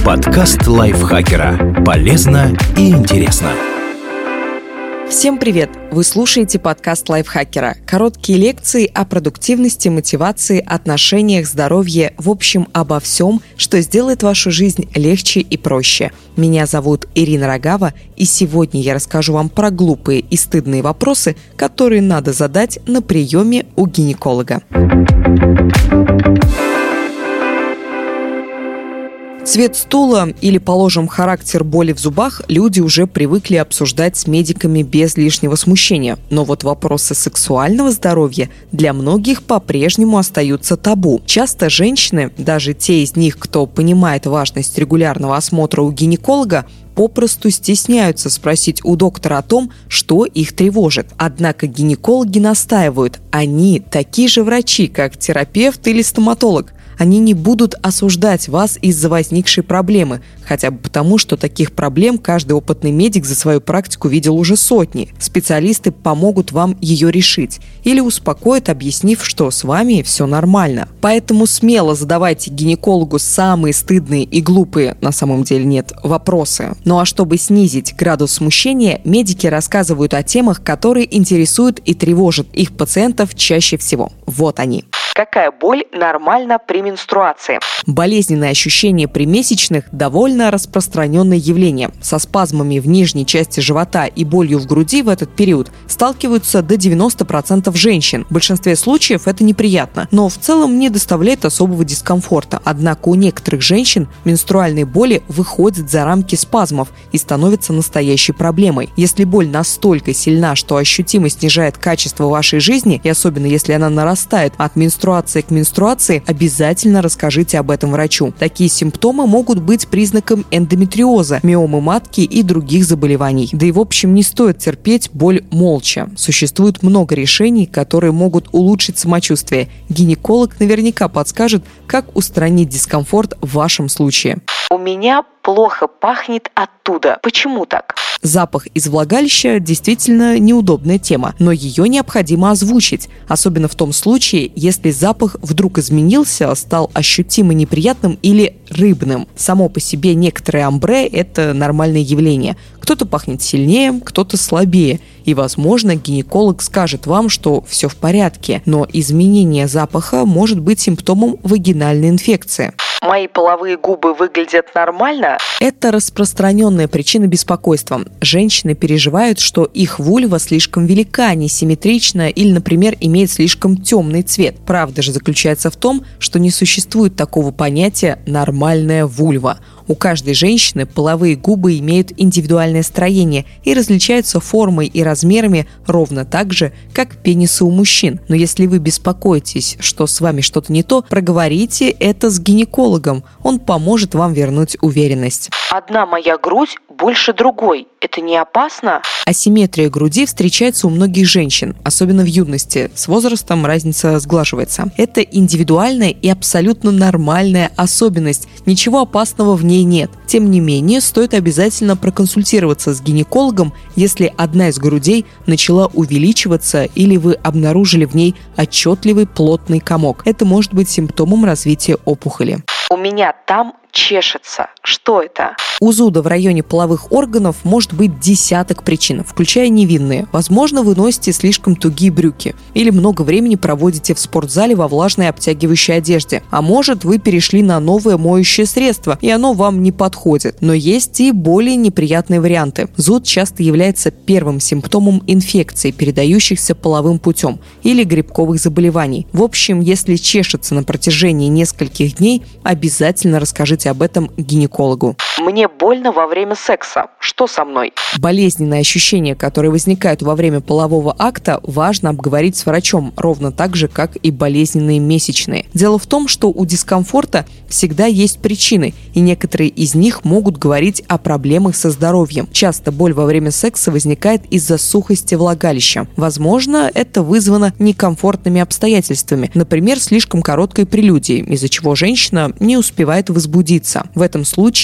Подкаст лайфхакера. Полезно и интересно. Всем привет! Вы слушаете подкаст лайфхакера. Короткие лекции о продуктивности, мотивации, отношениях, здоровье, в общем, обо всем, что сделает вашу жизнь легче и проще. Меня зовут Ирина Рогава, и сегодня я расскажу вам про глупые и стыдные вопросы, которые надо задать на приеме у гинеколога. Цвет стула или, положим, характер боли в зубах люди уже привыкли обсуждать с медиками без лишнего смущения. Но вот вопросы сексуального здоровья для многих по-прежнему остаются табу. Часто женщины, даже те из них, кто понимает важность регулярного осмотра у гинеколога, попросту стесняются спросить у доктора о том, что их тревожит. Однако гинекологи настаивают, они такие же врачи, как терапевт или стоматолог. Они не будут осуждать вас из-за возникшей проблемы, хотя бы потому, что таких проблем каждый опытный медик за свою практику видел уже сотни. Специалисты помогут вам ее решить или успокоят, объяснив, что с вами все нормально. Поэтому смело задавайте гинекологу самые стыдные и глупые, на самом деле нет, вопросы. Ну а чтобы снизить градус смущения, медики рассказывают о темах, которые интересуют и тревожат их пациентов чаще всего. Вот они. Какая боль нормальна при менструации? Болезненные ощущения при месячных – довольно распространенное явление. Со спазмами в нижней части живота и болью в груди в этот период сталкиваются до 90% женщин. В большинстве случаев это неприятно, но в целом не доставляет особого дискомфорта. Однако у некоторых женщин менструальные боли выходят за рамки спазмов и становятся настоящей проблемой. Если боль настолько сильна, что ощутимо снижает качество вашей жизни, и особенно если она нарастает от менструации к менструации, обязательно расскажите об этом врачу. Такие симптомы могут быть признаком эндометриоза, миомы матки и других заболеваний. Да и в общем не стоит терпеть боль молча. Существует много решений, которые могут улучшить самочувствие. Гинеколог наверняка подскажет, как устранить дискомфорт в вашем случае. У меня плохо пахнет оттуда. Почему так? Запах из влагалища действительно неудобная тема, но ее необходимо озвучить, особенно в том случае, если запах вдруг изменился, стал ощутимо неприятным или рыбным. Само по себе некоторые амбре – это нормальное явление. Кто-то пахнет сильнее, кто-то слабее. И, возможно, гинеколог скажет вам, что все в порядке, но изменение запаха может быть симптомом вагинальной инфекции. Мои половые губы выглядят нормально? Это распространенная причина беспокойства. Женщины переживают, что их вульва слишком велика, несимметрична или, например, имеет слишком темный цвет. Правда же заключается в том, что не существует такого понятия «нормальная вульва». У каждой женщины половые губы имеют индивидуальное строение и различаются формой и размерами ровно так же, как пенисы у мужчин. Но если вы беспокоитесь, что с вами что-то не то, проговорите это с гинекологом. Он поможет вам вернуть уверенность. Одна моя грудь больше другой. Это не опасно? Асимметрия груди встречается у многих женщин, особенно в юности. С возрастом разница сглаживается. Это индивидуальная и абсолютно нормальная особенность. Ничего опасного в ней нет. Тем не менее, стоит обязательно проконсультироваться с гинекологом, если одна из грудей начала увеличиваться или вы обнаружили в ней отчетливый плотный комок. Это может быть симптомом развития опухоли. У меня там чешется. Что это? У зуда в районе половых органов может быть десяток причин, включая невинные. Возможно, вы носите слишком тугие брюки или много времени проводите в спортзале во влажной обтягивающей одежде. А может, вы перешли на новое моющее средство, и оно вам не подходит. Но есть и более неприятные варианты. Зуд часто является первым симптомом инфекций, передающихся половым путем, или грибковых заболеваний. В общем, если чешется на протяжении нескольких дней, обязательно расскажите об этом гинекологу. Мне больно во время секса. Что со мной? Болезненные ощущения, которые возникают во время полового акта, важно обговорить с врачом, ровно так же, как и болезненные месячные. Дело в том, что у дискомфорта всегда есть причины, и некоторые из них могут говорить о проблемах со здоровьем. Часто боль во время секса возникает из-за сухости влагалища. Возможно, это вызвано некомфортными обстоятельствами, например, слишком короткой прелюдией, из-за чего женщина не успевает возбудиться. В этом случае гинеколог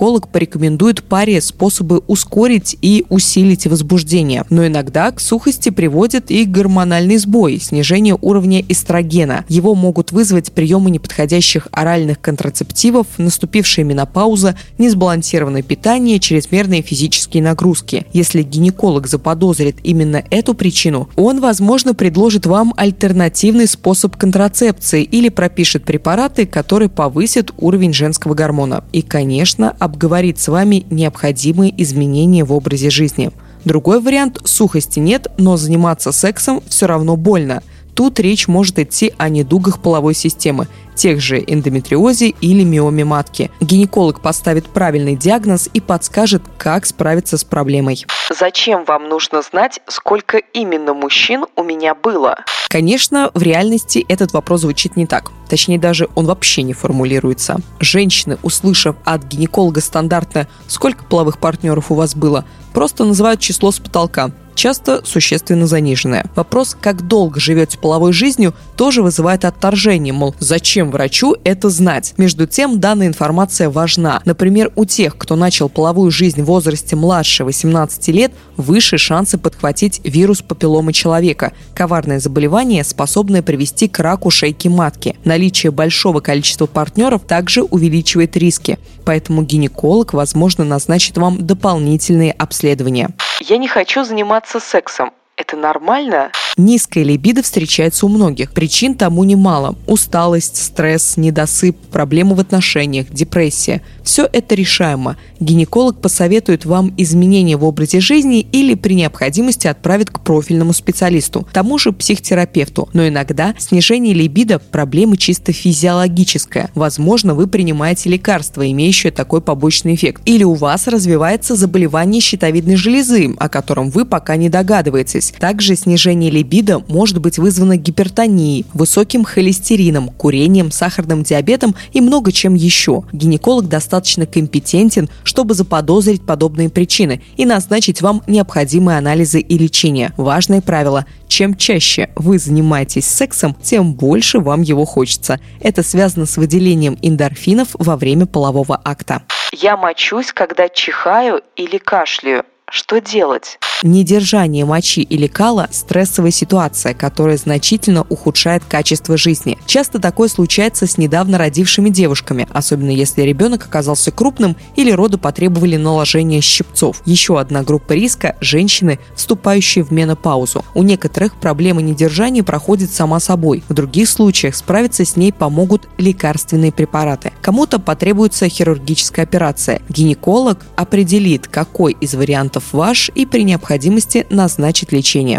гинеколог порекомендует паре способы ускорить и усилить возбуждение. Но иногда к сухости приводит и гормональный сбой, снижение уровня эстрогена. Его могут вызвать приемы неподходящих оральных контрацептивов, наступившая менопауза, несбалансированное питание, чрезмерные физические нагрузки. Если гинеколог заподозрит именно эту причину, он, возможно, предложит вам альтернативный способ контрацепции или пропишет препараты, которые повысят уровень женского гормона. И, конечно, обговорит с вами необходимые изменения в образе жизни. Другой вариант – сухости нет, но заниматься сексом все равно больно. Тут речь может идти о недугах половой системы, тех же эндометриозе или миоме матки. Гинеколог поставит правильный диагноз и подскажет, как справиться с проблемой. Зачем вам нужно знать, сколько именно мужчин у меня было? Конечно, в реальности этот вопрос звучит не так. Точнее, даже он вообще не формулируется. Женщины, услышав от гинеколога стандартно «сколько половых партнеров у вас было?», просто называют число с потолка, часто существенно заниженное. Вопрос, как долго живете половой жизнью, тоже вызывает отторжение, мол, зачем врачу это знать? Между тем, данная информация важна. Например, у тех, кто начал половую жизнь в возрасте младше 18 лет, выше шансы подхватить вирус папилломы человека, коварное заболевание, способное привести к раку шейки матки. Наличие большого количества партнеров также увеличивает риски, поэтому гинеколог, возможно, назначит вам дополнительные обследования. Я не хочу заниматься сексом. Это нормально? Низкая либидо встречается у многих. Причин тому немало. Усталость, стресс, недосып, проблемы в отношениях, депрессия. Все это решаемо. Гинеколог посоветует вам изменения в образе жизни или при необходимости отправит к профильному специалисту, тому же психотерапевту. Но иногда снижение либидо – проблема чисто физиологическая. Возможно, вы принимаете лекарства, имеющие такой побочный эффект. Или у вас развивается заболевание щитовидной железы, о котором вы пока не догадываетесь. Также снижение либидо может быть вызвано гипертонией, высоким холестерином, курением, сахарным диабетом и много чем еще. Гинеколог достаточно компетентен, чтобы заподозрить подобные причины и назначить вам необходимые анализы и лечение. Важное правило – чем чаще вы занимаетесь сексом, тем больше вам его хочется. Это связано с выделением эндорфинов во время полового акта. Я мочусь, когда чихаю или кашляю. Что делать? Недержание мочи или кала – стрессовая ситуация, которая значительно ухудшает качество жизни. Часто такое случается с недавно родившими девушками, особенно если ребенок оказался крупным или роды потребовали наложения щипцов. Еще одна группа риска – женщины, вступающие в менопаузу. У некоторых проблема недержания проходит сама собой. В других случаях справиться с ней помогут лекарственные препараты. Кому-то потребуется хирургическая операция. Гинеколог определит, какой из вариантов ваш, и при необходимости назначить лечение.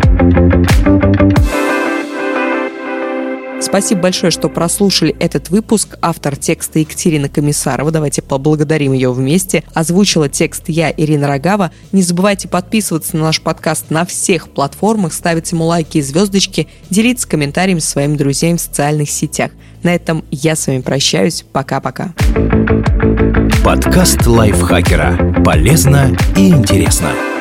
Спасибо большое, что прослушали этот выпуск. Автор текста Екатерина Комиссарова. Давайте поблагодарим ее вместе. Озвучила текст я, Ирина Рогава. Не забывайте подписываться на наш подкаст на всех платформах, ставить ему лайки и звездочки, делиться комментариями со своими друзьями в социальных сетях. На этом я с вами прощаюсь. Пока-пока. Подкаст лайфхакера. Полезно и интересно.